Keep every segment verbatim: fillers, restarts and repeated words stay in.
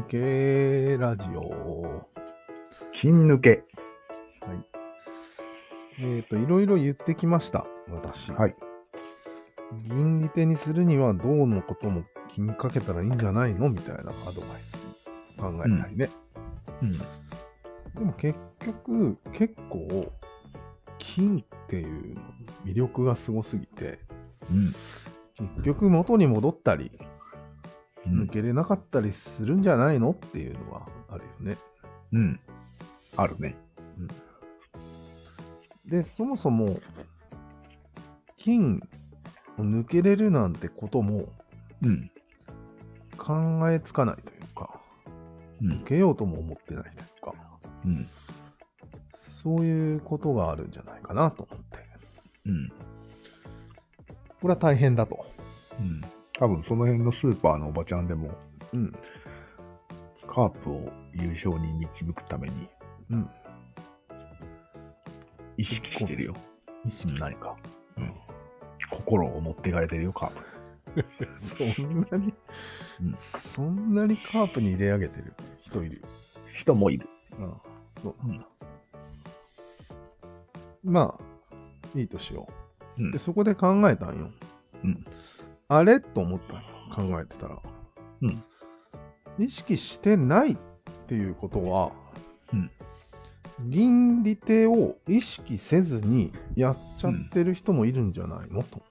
抜けラジオ。 金抜け。 はい。えっと、いろいろ言ってきました、私。 はい。 銀利手にするにはどうのことも気にかけたらいいんじゃないのみたいなアドバイス考えたりね。 うん。 でも結局、結構、金っていう魅力がすごすぎて、 うん。 結局元に戻ったり、 うん抜けれなかったりするんじゃないのっていうのはあるよね。 うん。あるね。 で、そもそも、金を抜けれるなんてこともうん。 考えつかないというか、 うん。 抜けようとも思ってないというか、 うん。 そういうことがあるんじゃないかなと思って。 うん。 これは大変だと。 うん。多分その辺のスーパーのおばちゃんでも、 うん。 カープを優勝に導くためにうん。 意識してるよ。 意識何か。うん。心を持っていかれてるよ、カープ。 そんなに、 うん、 そんなにカープに入れ上げてる人いるよ。 人もいる。 ああ、そうなんだ。うん、まあ、いいとしよう。 うん、 で、そこで考えたんよ。 うん。 あれと思ったんよ。考えてたら。 うん。 意識してないっていうことは、 うん。 銀利手を意識せずにやっちゃってる人もいるんじゃないの、と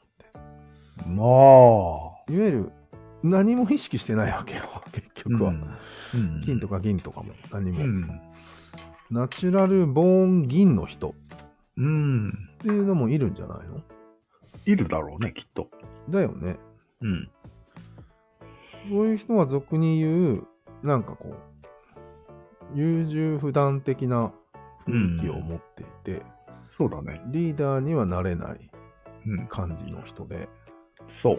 思って。 まあ。 いわゆる何も意識してないわけよ、結局は。 うん。 金とか銀とかも何も。 うん。 ナチュラルボーン銀の人うん。 っていうのもいるんじゃないの？ いるだろうね、きっと。 だよね。 うん。 そういう人は俗に言う、なんかこう、優柔不断的な雰囲気を持っていて、 うん、そうだね。 リーダーにはなれないうん感じの人で。 そう。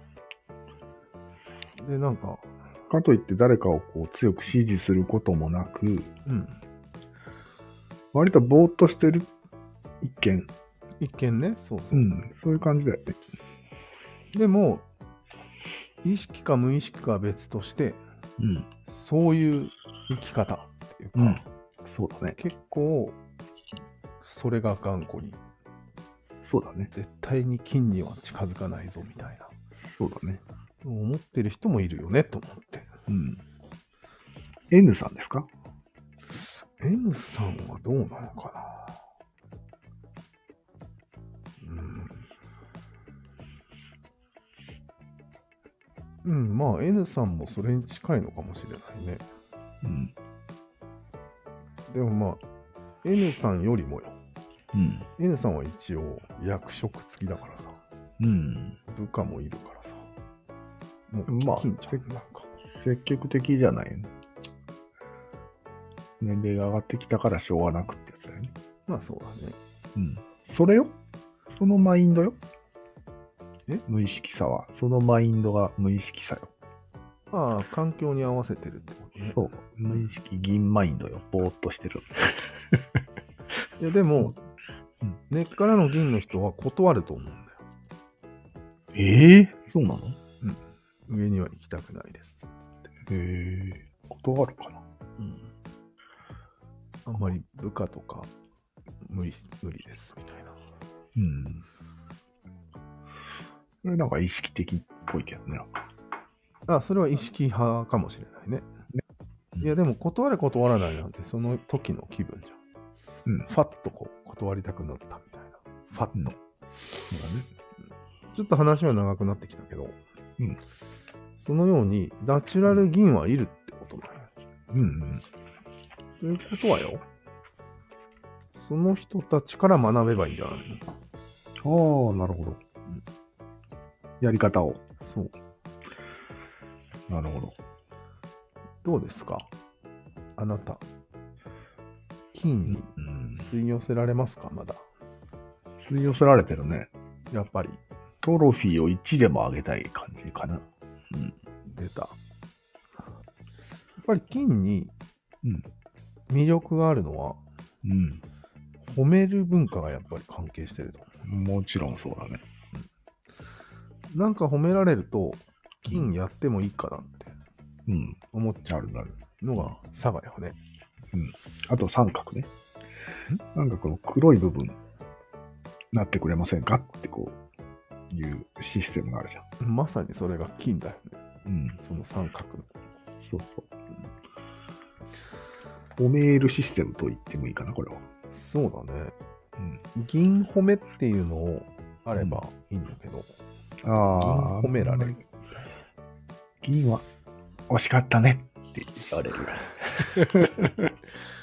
で、なんか、 かといって誰かをこう強く支持することもなく、 うん。 割とぼーっとしてる一見。 一見ね、そうそう。 うん、そういう感じだよね。 でも、意識か無意識かは別として、 うん、 そういう生き方っていうか、 うん、そうだね。 結構、それが頑固に、 そうだね。 絶対に金には近づかないぞみたいな、 そうだね。 思ってる人もいるよねと思って。 うん。N さんですか？ N さんはどうなのかな。うん。うん、まあ N さんもそれに近いのかもしれないね。 うん。 でもまあ N さんよりもよ。 うん。 N さんは一応役職付きだからさ。 うん。 部下もいるからさ。もうまあ、 金ちゃんなんか。 積極的じゃないよね。年齢が上がってきたからしょうがなくってやつだよね。 まあそうだね。 うん。それよ。そのマインドよ。 え？ 無意識さは。そのマインドが無意識さよ。 ああ、環境に合わせてるってことね。 そう。無意識銀マインドよ。ぼーっとしてる。 いやでも、 うん、 根っからの銀の人は断ると思うんだよ。 ええー、そうなの？ うん。上には行きたくないです。 へえー、断るかな。 うん。あんまり部下とか無理、無理ですみたいな。 うん。それなんか意識的っぽいけどね。 あ、それは意識派かもしれないね。ね、いやでも断る断らないなんてその時の気分じゃん。うん。ファッとこう断りたくなったみたいな。ファッと。うん、そうだね。ちょっと話は長くなってきたけど、うん、そのようにナチュラル銀はいるってことなんよ。うんうん。ということはよ、その人たちから学べばいいんじゃないの？ああ、なるほど、うん。やり方を。 そう。 なるほど。 どうですか？あなた、金に吸い寄せられますか？まだ。 吸い寄せられてるね。 やっぱり。 トロフィーをいちでも上げたい感じかな。 うん。出た。やっぱり金に魅力があるのは、うん、褒める文化がやっぱり関係してると思う。もちろんそうだね。 うん、なんか褒められると、金やってもいいかなってうん。 思っちゃうなるなる。 のが佐賀よね。 あと三角ね。三角の黒い部分、なってくれませんかってこう、いうシステムがあるじゃん。 まさにそれが金だよね。 うん。 その三角の。 そうそう。褒めるシステムと言ってもいいかな、これは。 そうだね。 うん。 銀褒めっていうのをあればいいんだけど、 ああ。 銀褒められる。 銀は惜しかったねって言われる。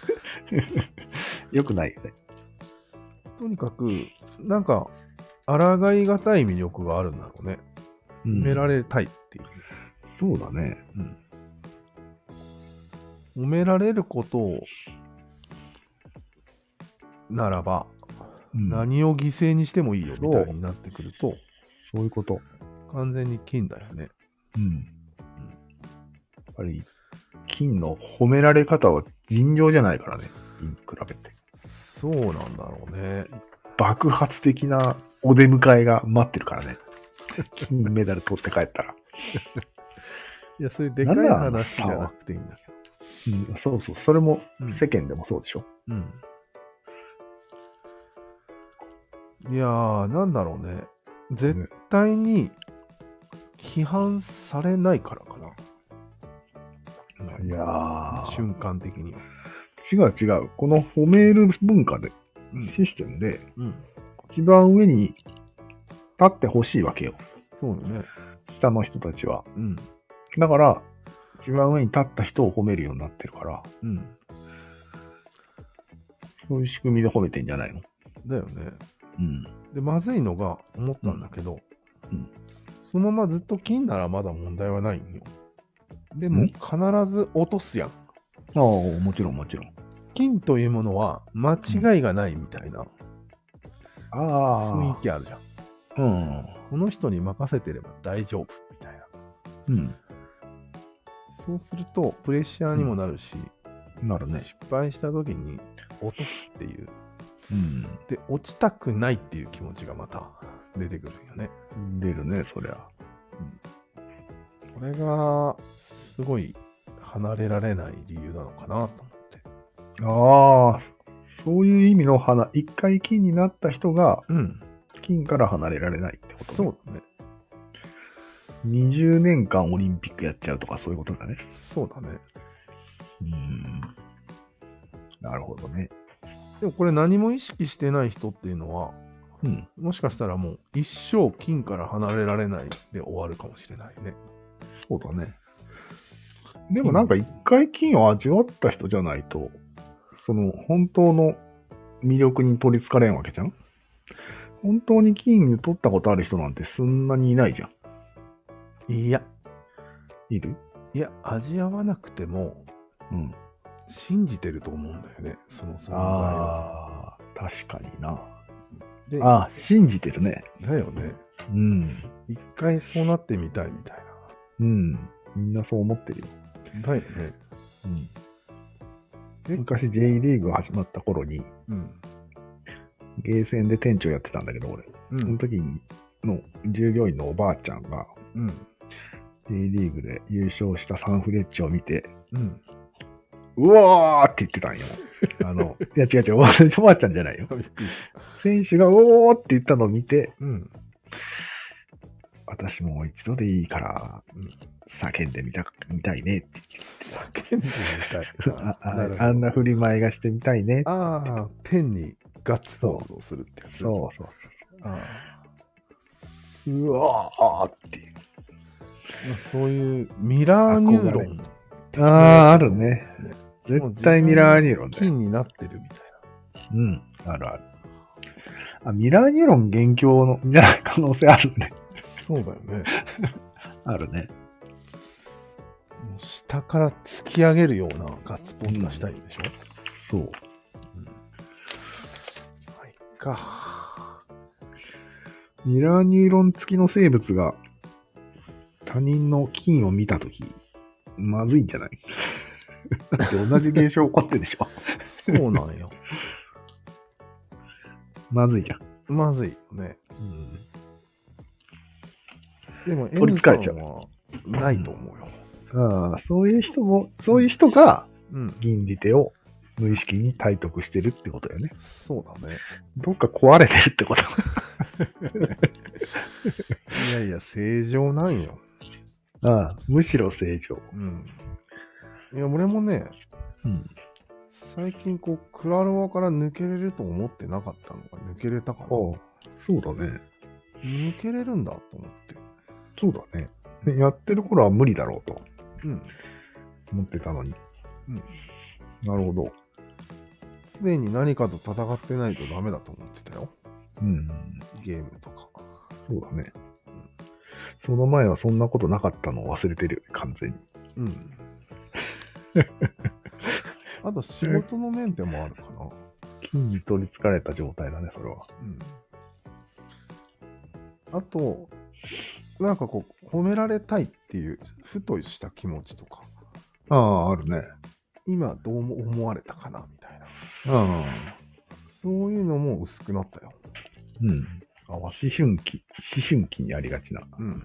よくないよね。 とにかく、なんか、抗いがたい魅力があるんだろうね。 うん褒められたいっていう。 そうだね。 うん。褒められることを、ならば、 うん、 何を犠牲にしてもいいよみたいになってくると、 そういうこと。 完全に金だよね。 うん。やっぱり、金の褒められ方は尋常じゃないからね。銀に比べて。 そうなんだろうね。 爆発的なお出迎えが待ってるからね。金メダル取って帰ったら。 いや、そういうでかい話じゃなくていいんだけうん、そうそう。それもうん世間でもそうでしょ。 ど。うん。いやー、なんだろうね。絶対に批判されないからかな。 いやー。 瞬間的には。 違う違う。この褒める文化で、 うんシステムで、 うん。 一番上に立ってほしいわけよ。 そうよね。 下の人たちは。 うん。 だから、一番上に立った人を褒めるようになってるから、 うん。 そういう仕組みで褒めてんじゃないの？ だよね。 うん。 で、まずいのが思ったんだけど、 うんうんそのままずっと金ならまだ問題はないんよ。でも、 ん必ず落とすやん。 ああ、もちろんもちろん。 金というものは間違いがないみたいなああ。 雰囲気あるじゃん。 うん。 この人に任せてれば大丈夫みたいな。 うん。 そうするとプレッシャーにもなるし、 なるね。 失敗した時に落とすっていう。 うん。 で、落ちたくないっていう気持ちがまた出てくるよね。 出るね、そりゃ。 これがすごい離れられない理由なのかなと思って。 ああ、そういう意味の花、一回金になった人が、 うん。 金から離れられないってことね。 そうだね。 にじゅうねんかんオリンピックやっちゃうとかそういうことだね。 そうだね。 うん。なるほどね。 でもこれ何も意識してない人っていうのは、 うん。 もしかしたらもう一生金から離れられないで終わるかもしれないね。 そうだね。でもなんか一回金を味わった人じゃないと、その本当の魅力に取り憑かれんわけじゃん？本当に金に取ったことある人なんてそんなにいないじゃん。 いや、 いる？ いや、味わわなくてもうん。 信じてると思うんだよね、その存在を。 ああ、確かにな。 で、 ああ、信じてるね。 だよね。 うん。 一回そうなってみたいみたいうん。みんなそう思ってるよ。 な。だよね。 うん。 え昔 J リーグが始まった頃に、 うん。 ゲーセンで店長やってたんだけど、俺。 うそのん。 時にの従業員のおばあちゃんが、 うん。 J リーグで優勝したサンフレッチェを見て、 うん。 うわーって言ってたんよ。あの、いや違う違う、おばあちゃんじゃないよ。 びっくりした。 選手がおーって言ったのを見て、 うん。 私もう一度でいいから、 うん叫んでみた、みたいねって。 叫んでみたい。 ああなるほどあんな振り前がしてみたいね。 ああ、天にガッツポーズをするってやつ。 そうそう。 あうわーっていう。 あ、まあ、そういうミラーニューロン。 ああ、あるね。絶対ミラーニューロンだよ。 金になってるみたいうん、あるある。あ、ミラーニューロン元凶の、じゃない可能性あるね。 な。そうだよね。 あるね。 もう下から突き上げるようなガッツポーズがしたいんでしょ、 そう。 うん、はいか。 ミラーニューロン付きの生物が他人の金を見たとき、まずいんじゃないだって同じ現象起こってるでしょ。 そうなんよ。 まずいじゃん。 まずいよね。 うん、 でも、 取り憑かれちゃう N さんはないと思うよ。 ああ、そういう人も、そういう人がうん。 銀利手を無意識に体得してるってことよね。 そうだね。 どっか壊れてるってこと。 いやいや、正常なんよ。 ああ、むしろ正常。 うん。いや、俺もね、 うん。 最近こう、クラロワから抜けれると思ってなかったのが抜けれたから、 そうだね。 抜けれるんだと思って。 そうだね。でやってる頃は無理だろうとうん。 思ってたのに。 うん。 なるほど。 常に何かと戦ってないとダメだと思ってたよ。 うん。 ゲームとか。 そうだね。その前はそんなことなかったのを忘れてるよ、完全に。 うん。あと仕事の面でもあるかな。 金に取り憑かれた状態だね、それは。 うん。あと、なんかこう、褒められたいっていう、ふとした気持ちとか、 ああ、あるね。 今どう思われたかなみたいな。 ああ。 そういうのも薄くなったよ。 うん。 合わ思春期、思春期にありがちな。 うん。 やっ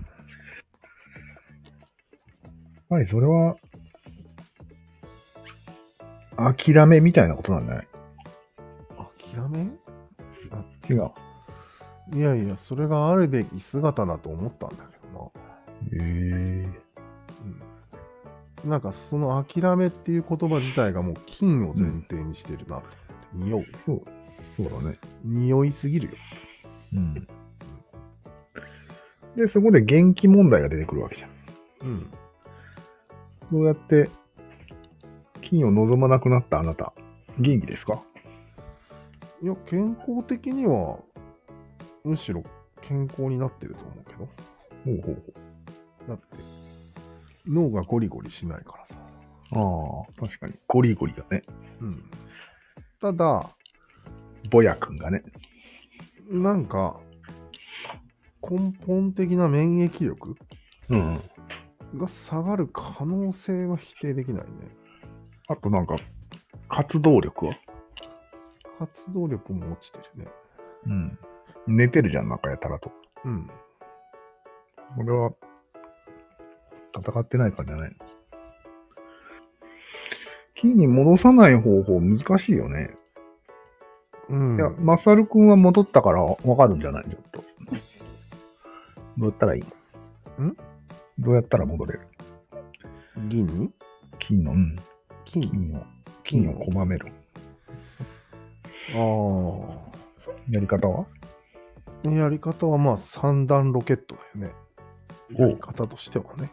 ぱりそれは、諦めみたいなことなんじゃない？ 諦め？あ、 違う。 いやいや、それがあるべき姿だと思ったんだけどへえ。 な。うん。なんかその諦めっていう言葉自体がもう金を前提にしてるなと思って。匂う。 そう。そうだね。 匂いすぎるよ。 うん。で、そこで元気問題が出てくるわけじゃん。 うん。 そうやって、金を望まなくなったあなた、元気ですか？ いや、健康的には、むしろ健康になってると思うけど。 ほうほうだって、脳がゴリゴリしないからさ。 ほう。ああ、確かに。ゴリゴリがね。 うん。ただ、 ボヤ君がね。 なんか、根本的な免疫力うん。 が下がる可能性は否定できないね。 あとなんか、活動力は？ 活動力も落ちてるね。 うん。寝てるじゃん、なんかやたらと。 うん。 これは、戦ってないからじゃないの。金に戻さない方法難しいよね。 うん。 いや、マサル君は戻ったからわかるんじゃない？ちょっと。どうやったらいい？ ん？ どうやったら戻れる？ 銀に金の、うん。 金に金を、金をこまめる。 ああ。 やり方は？ やり方はまあ三段ロケットだよね。やり方としてはね。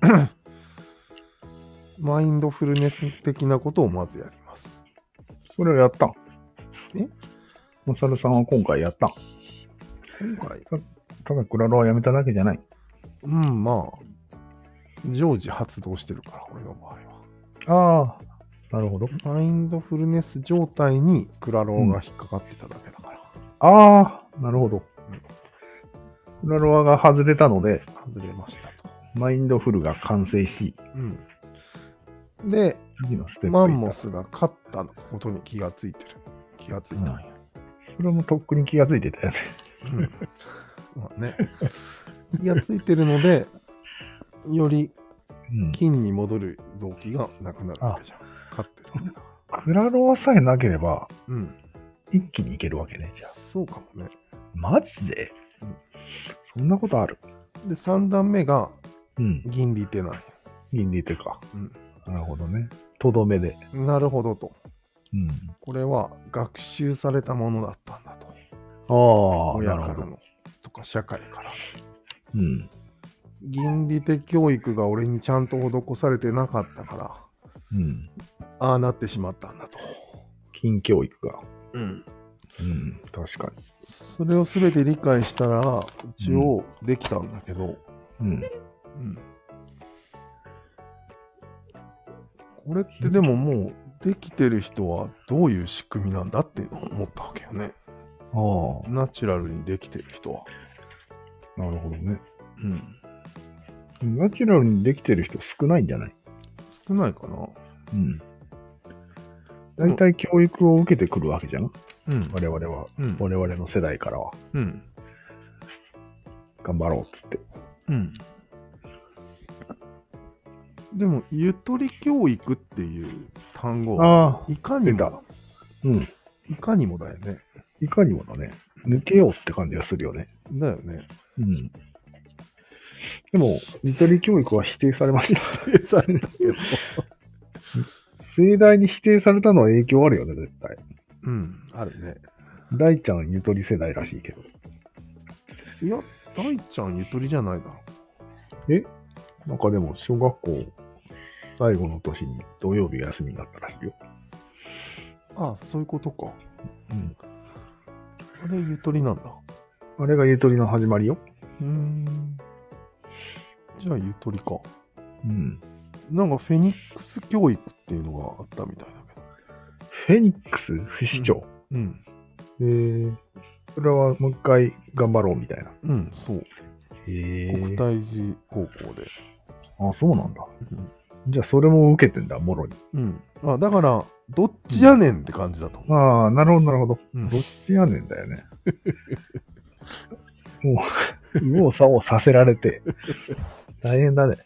マインドフルネス的なことをまずやります。 それをやったん？ え？ マサルさんは今回やったん？ 今回たただクラロはやめただけじゃない。 うん、まあ、常時発動してるから、俺の場合は。 ああ、なるほど。 マインドフルネス状態にクラローが引っかかってただけだから。 ああ、なるほど。クラロワが外れたので、 外れましたと。 マインドフルが完成し、 うん。で、 次のステップへマ行ったンモスが勝ったことに気がついてる。気がついたんや。 それもとっくに気がついてたよね。 うん。まあね。気がついてるので、よりうん。 金に戻る動機がなくなるわけじゃん。勝ってるわけだかクラロワさえなければ、 ら。うん。 一気にいけるわけね、じゃあ。 そうかもね。 マジで、 うん、 そんなことある？ で、さん段目がうん。 銀利手なんや。 銀利手か。 うん。 なるほどね。とどめで。 なるほどと。 うん。 これは学習されたものだったんだと。 ああ、 親なるほど。 からのとか社会から。 うん。 銀利手教育が俺にちゃんと施されてなかったから、 うん。 ああなってしまったんだと。 金教育が。 うん。 うん。確かそれを全て理解したら、一応できたんだけど、 に。うん。 うん。これってでももうできてる人はどういう仕組みなんだって思ったわけよね。 あナチュラルにできてる人は。 あ、なるほどね。 うん。 ナチュラルにできてる人少ないんじゃない？ 少ないかな。 うん。大体教育を受けてくるわけじゃん、 うん。 我々は。 うん。 我々の世代からは。 うん。 頑張ろうっつって。 うん。 でも、ゆとり教育っていう単語あは、いかに出たも、 うん。 いかにもだよね。 いかにもだね。抜けようって感じがするよね。 だよね。 うん。でも、ゆとり教育は否定されました。 否定されたけど。 盛大に否定されたのは影響あるよね、絶対。 うん、あるね。 大ちゃんゆとり世代らしいけど。 いや、大ちゃんゆとりじゃないだろ。 えなんかでも、小学校最後の年に土曜日が休みになったらしいよ。 ああ、そういうことか。 うん。 あれ、ゆとりなんだ。 あれがゆとりの始まりよ。 うーん。じゃあ、ゆとりか。 うん。 なんか、フェニックス教育っていうのがあったみたいだけど。 フェニックス不死鳥。 うん。 えー、それはもう一回頑張ろうみたいな。 うん、そう。 へ国体寺高校で。 あ、そうなんだ。 うん。 じゃあそれも受けてんだ、もろに。 うん。あ、だから、どっちやねんって感じだと思う。 ああ、なるほど、なるほど。 うんどっちやねんだよね。もう、右往左往させられて、大変だね。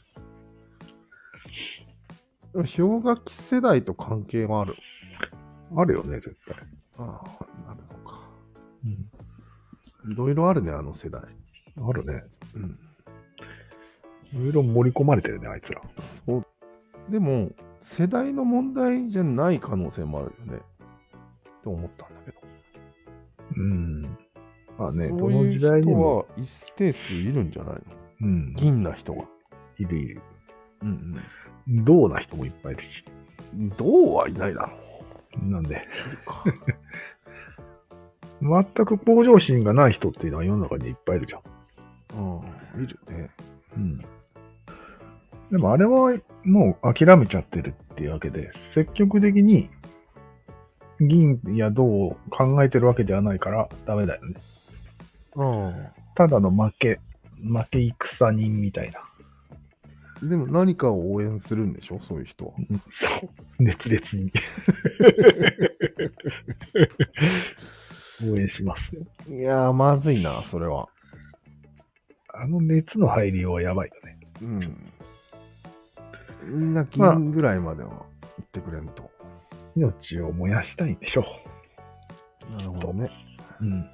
氷河期世代と関係がある。 あるよね、絶対。 ああ、なるのか。 うん、 いろいろあるね、あの世代。 あるね。 うん。 いろいろ盛り込まれてるね、あいつら。 そう。でも、世代の問題じゃない可能性もあるよね。と思ったんだけど。 うん。まあね、 そうどの時代にいうも。 人は一定数いるんじゃないの？ うん。 銀な人が。 いるいる。 うん銅な人もいっぱいいるし。 うん。銅はいないだろなんで、 う。いるか。 全く向上心がない人っていうのは世の中にいっぱいいるじゃん。 うん、いるね。 うん。でもあれはもう諦めちゃってるっていうわけで、積極的に銀や銅を考えてるわけではないからダメだよね。 あただの負け、負け戦人みたいな。 あ。でも何かを応援するんでしょ、そういう人は。 そう。熱烈に。応援しますよ。 いやー、まずいな、それは。 あの熱の入りようはやばいよね。 うん。みんな銀ぐらいまでは言ってくれんと。 命を燃やしたいんでしょなるほどね。 う。うん。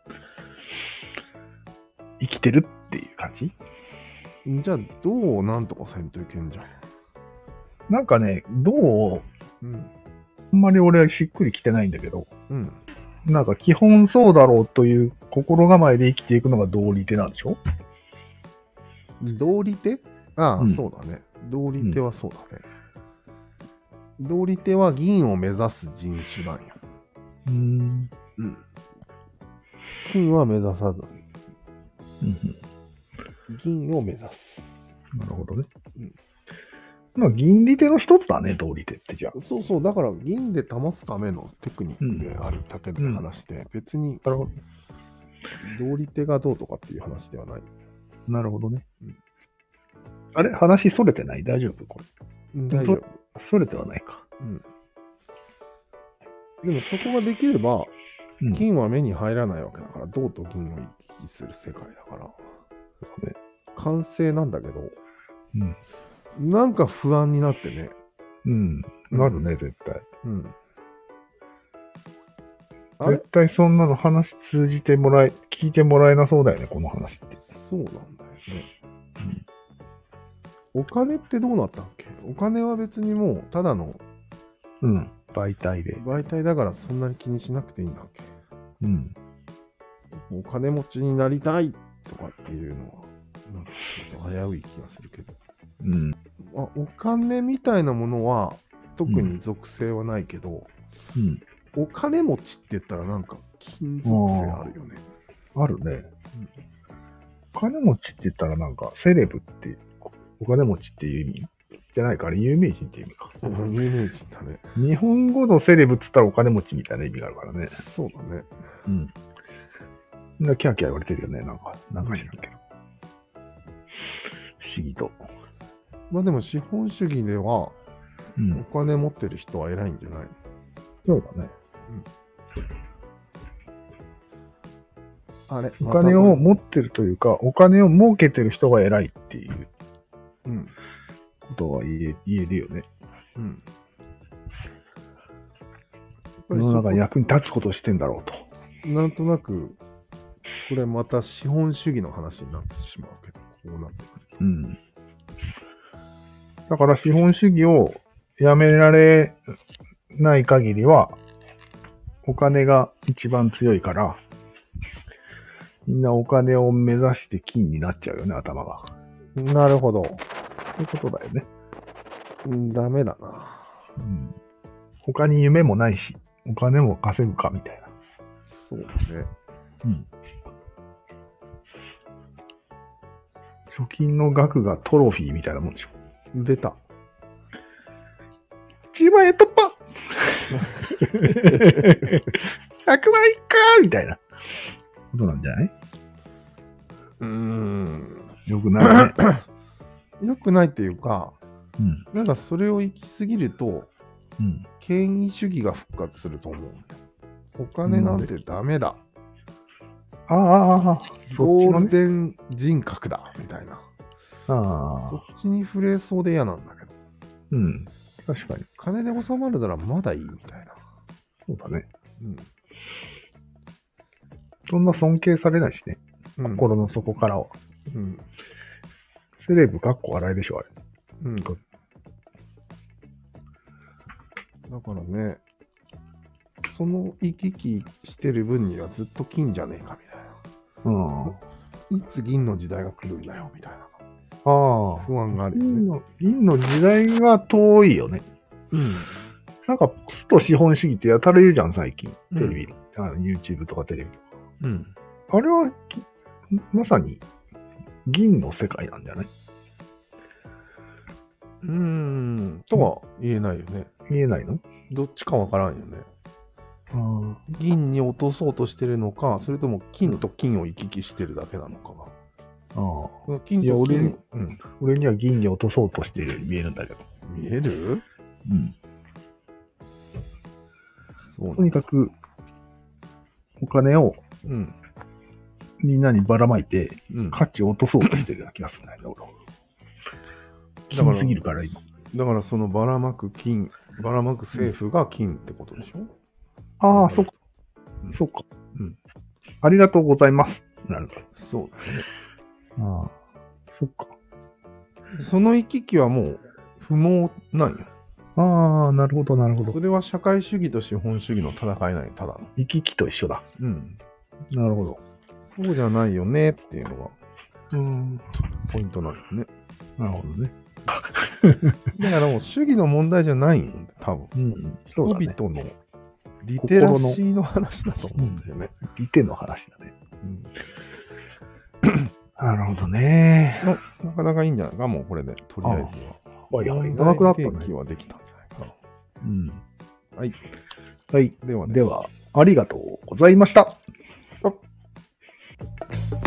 生きてるっていう感じ。 じゃあ、どうなんとかせんといけんじゃん。 なんかね、銅をうん。 あんまり俺はしっくりきてないんだけど、 うん。 なんか基本そうだろうという心構えで生きていくのが道理手なんでしょ？ 道理手ああ、 うんそうだね。道理手はそうだね。道理手は銀を目指す人種なんよ。 うーん。 うん。金は目指さず、 うん銀を目指す。 なるほどね。 うんまあ、銀利手の一つだね、道理手ってじゃあ。 そうそう、だから銀で保つためのテクニックであるだけの話で、別になるほど。 道理手がどうとかっていう話ではない。 なるほどね。 うんあれ話それてない大丈夫これ。 大丈夫。 それてはないか。 うん。でもそこができれば、 うん。 金は目に入らないわけだから、銅と銀を行き来する世界だから、 そうね。 完成なんだけど、 うん。 なんか不安になってね。 うん。なるね、絶対。 うん。あれ絶対そんなの話通じてもらえ、聞いてもらえなそうだよね、この話って。 そうなんだよね。お金ってどうなったっけ？お金は別にもうただのうん。媒体で。 媒体だからそんなに気にしなくていいんだっけ？ うん。 お金持ちになりたいとかっていうのは、なんかちょっと危うい気がするけど。 うん。 あ、お金みたいなものは特に属性はないけど、 うん。 お金持ちって言ったらなんか金属性あるよね。 あるね。お金持ちって言ったらなんか、セレブって、お金持ちっていう意味じゃないか、あれ有名人っていう意味か。 うん、有名人だね。 日本語のセレブって言ったらお金持ちみたいな意味があるからね。 そうだね。 うん。みんなキャーキャー言われてるよね、なんか。なんか知らんけど。不思議と。 まあでも資本主義ではおうん。 金持ってる人は偉いんじゃない？ そうだね。 あれお金を持ってるというか、お金を儲けてる人が偉いっていううん。 ことは言え、言えるよね。 うん。 世の中に役に立つことをしてんだろうと。 なんとなく、これまた資本主義の話になってしまうけど、こうなってくると。 うん。だから資本主義をやめられない限りは、お金が一番強いから、みんなお金を目指して金になっちゃうよね、頭が。 なるほど。 そういうことだよね。 ダメだな。 うん。他に夢もないし、お金も稼ぐかみたいな。 そうだね。 うん。貯金の額がトロフィーみたいなもんでしょ。 出た。 いちまん円突破ひゃくまんいっかみたいなことなんじゃない？ うーん。 よくないね。 よくないっていうか、 うん。 なんかそれを行き過ぎると、 うん。 権威主義が復活すると思う。お金なんてダメだ。 ああ、ああ、 ゴールデン人格だ。みたいな。 ああ。 そっちに触れそうで嫌なんだけど。 うん。確かに。 金で収まるならまだいいみたいな。 そうだね。 うん。 そんな尊敬されないしね。 うん、 心の底からは。 うん。 セレブかっこ笑いでしょ、あれ。 うん。だからね、その行き来してる分にはずっと金じゃねえかみたいな。うん。いつ銀の時代が来るんだよみたいな。 ああ。 不安があるよね。 銀の、銀の時代は遠いよね。 うん。 なんか、ポスト資本主義ってやたら言うじゃん、最近。 うん、 テレビ、あの YouTube とかテレビとか。 うん。 あれは、まさに、銀の世界なんじゃない？ うーん。とは言えないよね。 言えないの？ どっちかわからんよね。 あ銀に落とそうとしてるのか、それとも金と金を行き来してるだけなのかが。 あ。 金と金、 いや俺、 うん、 俺には銀に落とそうとしているように見えるんだけど。 見える？ うん。 そうとにかく、お金を、 うん。 みんなにばらまいて、 うん、 価値を落とそうとしてるような気がするんだよね、俺は。金すぎるから、今。 だからそのばらまく金、ばらまく政府が金ってことでしょ？ ああ、そっか。 うん、 そっか。 うん。 ありがとうございます。なるほど。 そうだね。 ああ、そっか。 その行き来はもう不毛なんよ。 ああ、なるほど、なるほど。 それは社会主義と資本主義の戦いない、ただの。 行き来と一緒だ。 うん。 なるほど。 そうじゃないよねっていうのが、 うん。 ポイントなんだね。 なるほどね。 だからもう主義の問題じゃないんだ、多分。 うん。そうだね。 人々のリテラシーの話だと思うんだよね。 リテの話だね。 うん、 なるほどね。 な。なかなかいいんじゃないか、もうこれで、とりあえずは。 はいはい。 問長くなったね。 提起はできたんじゃないかな。 うん。 はい。 はい。 ではね。 では、ありがとうございました。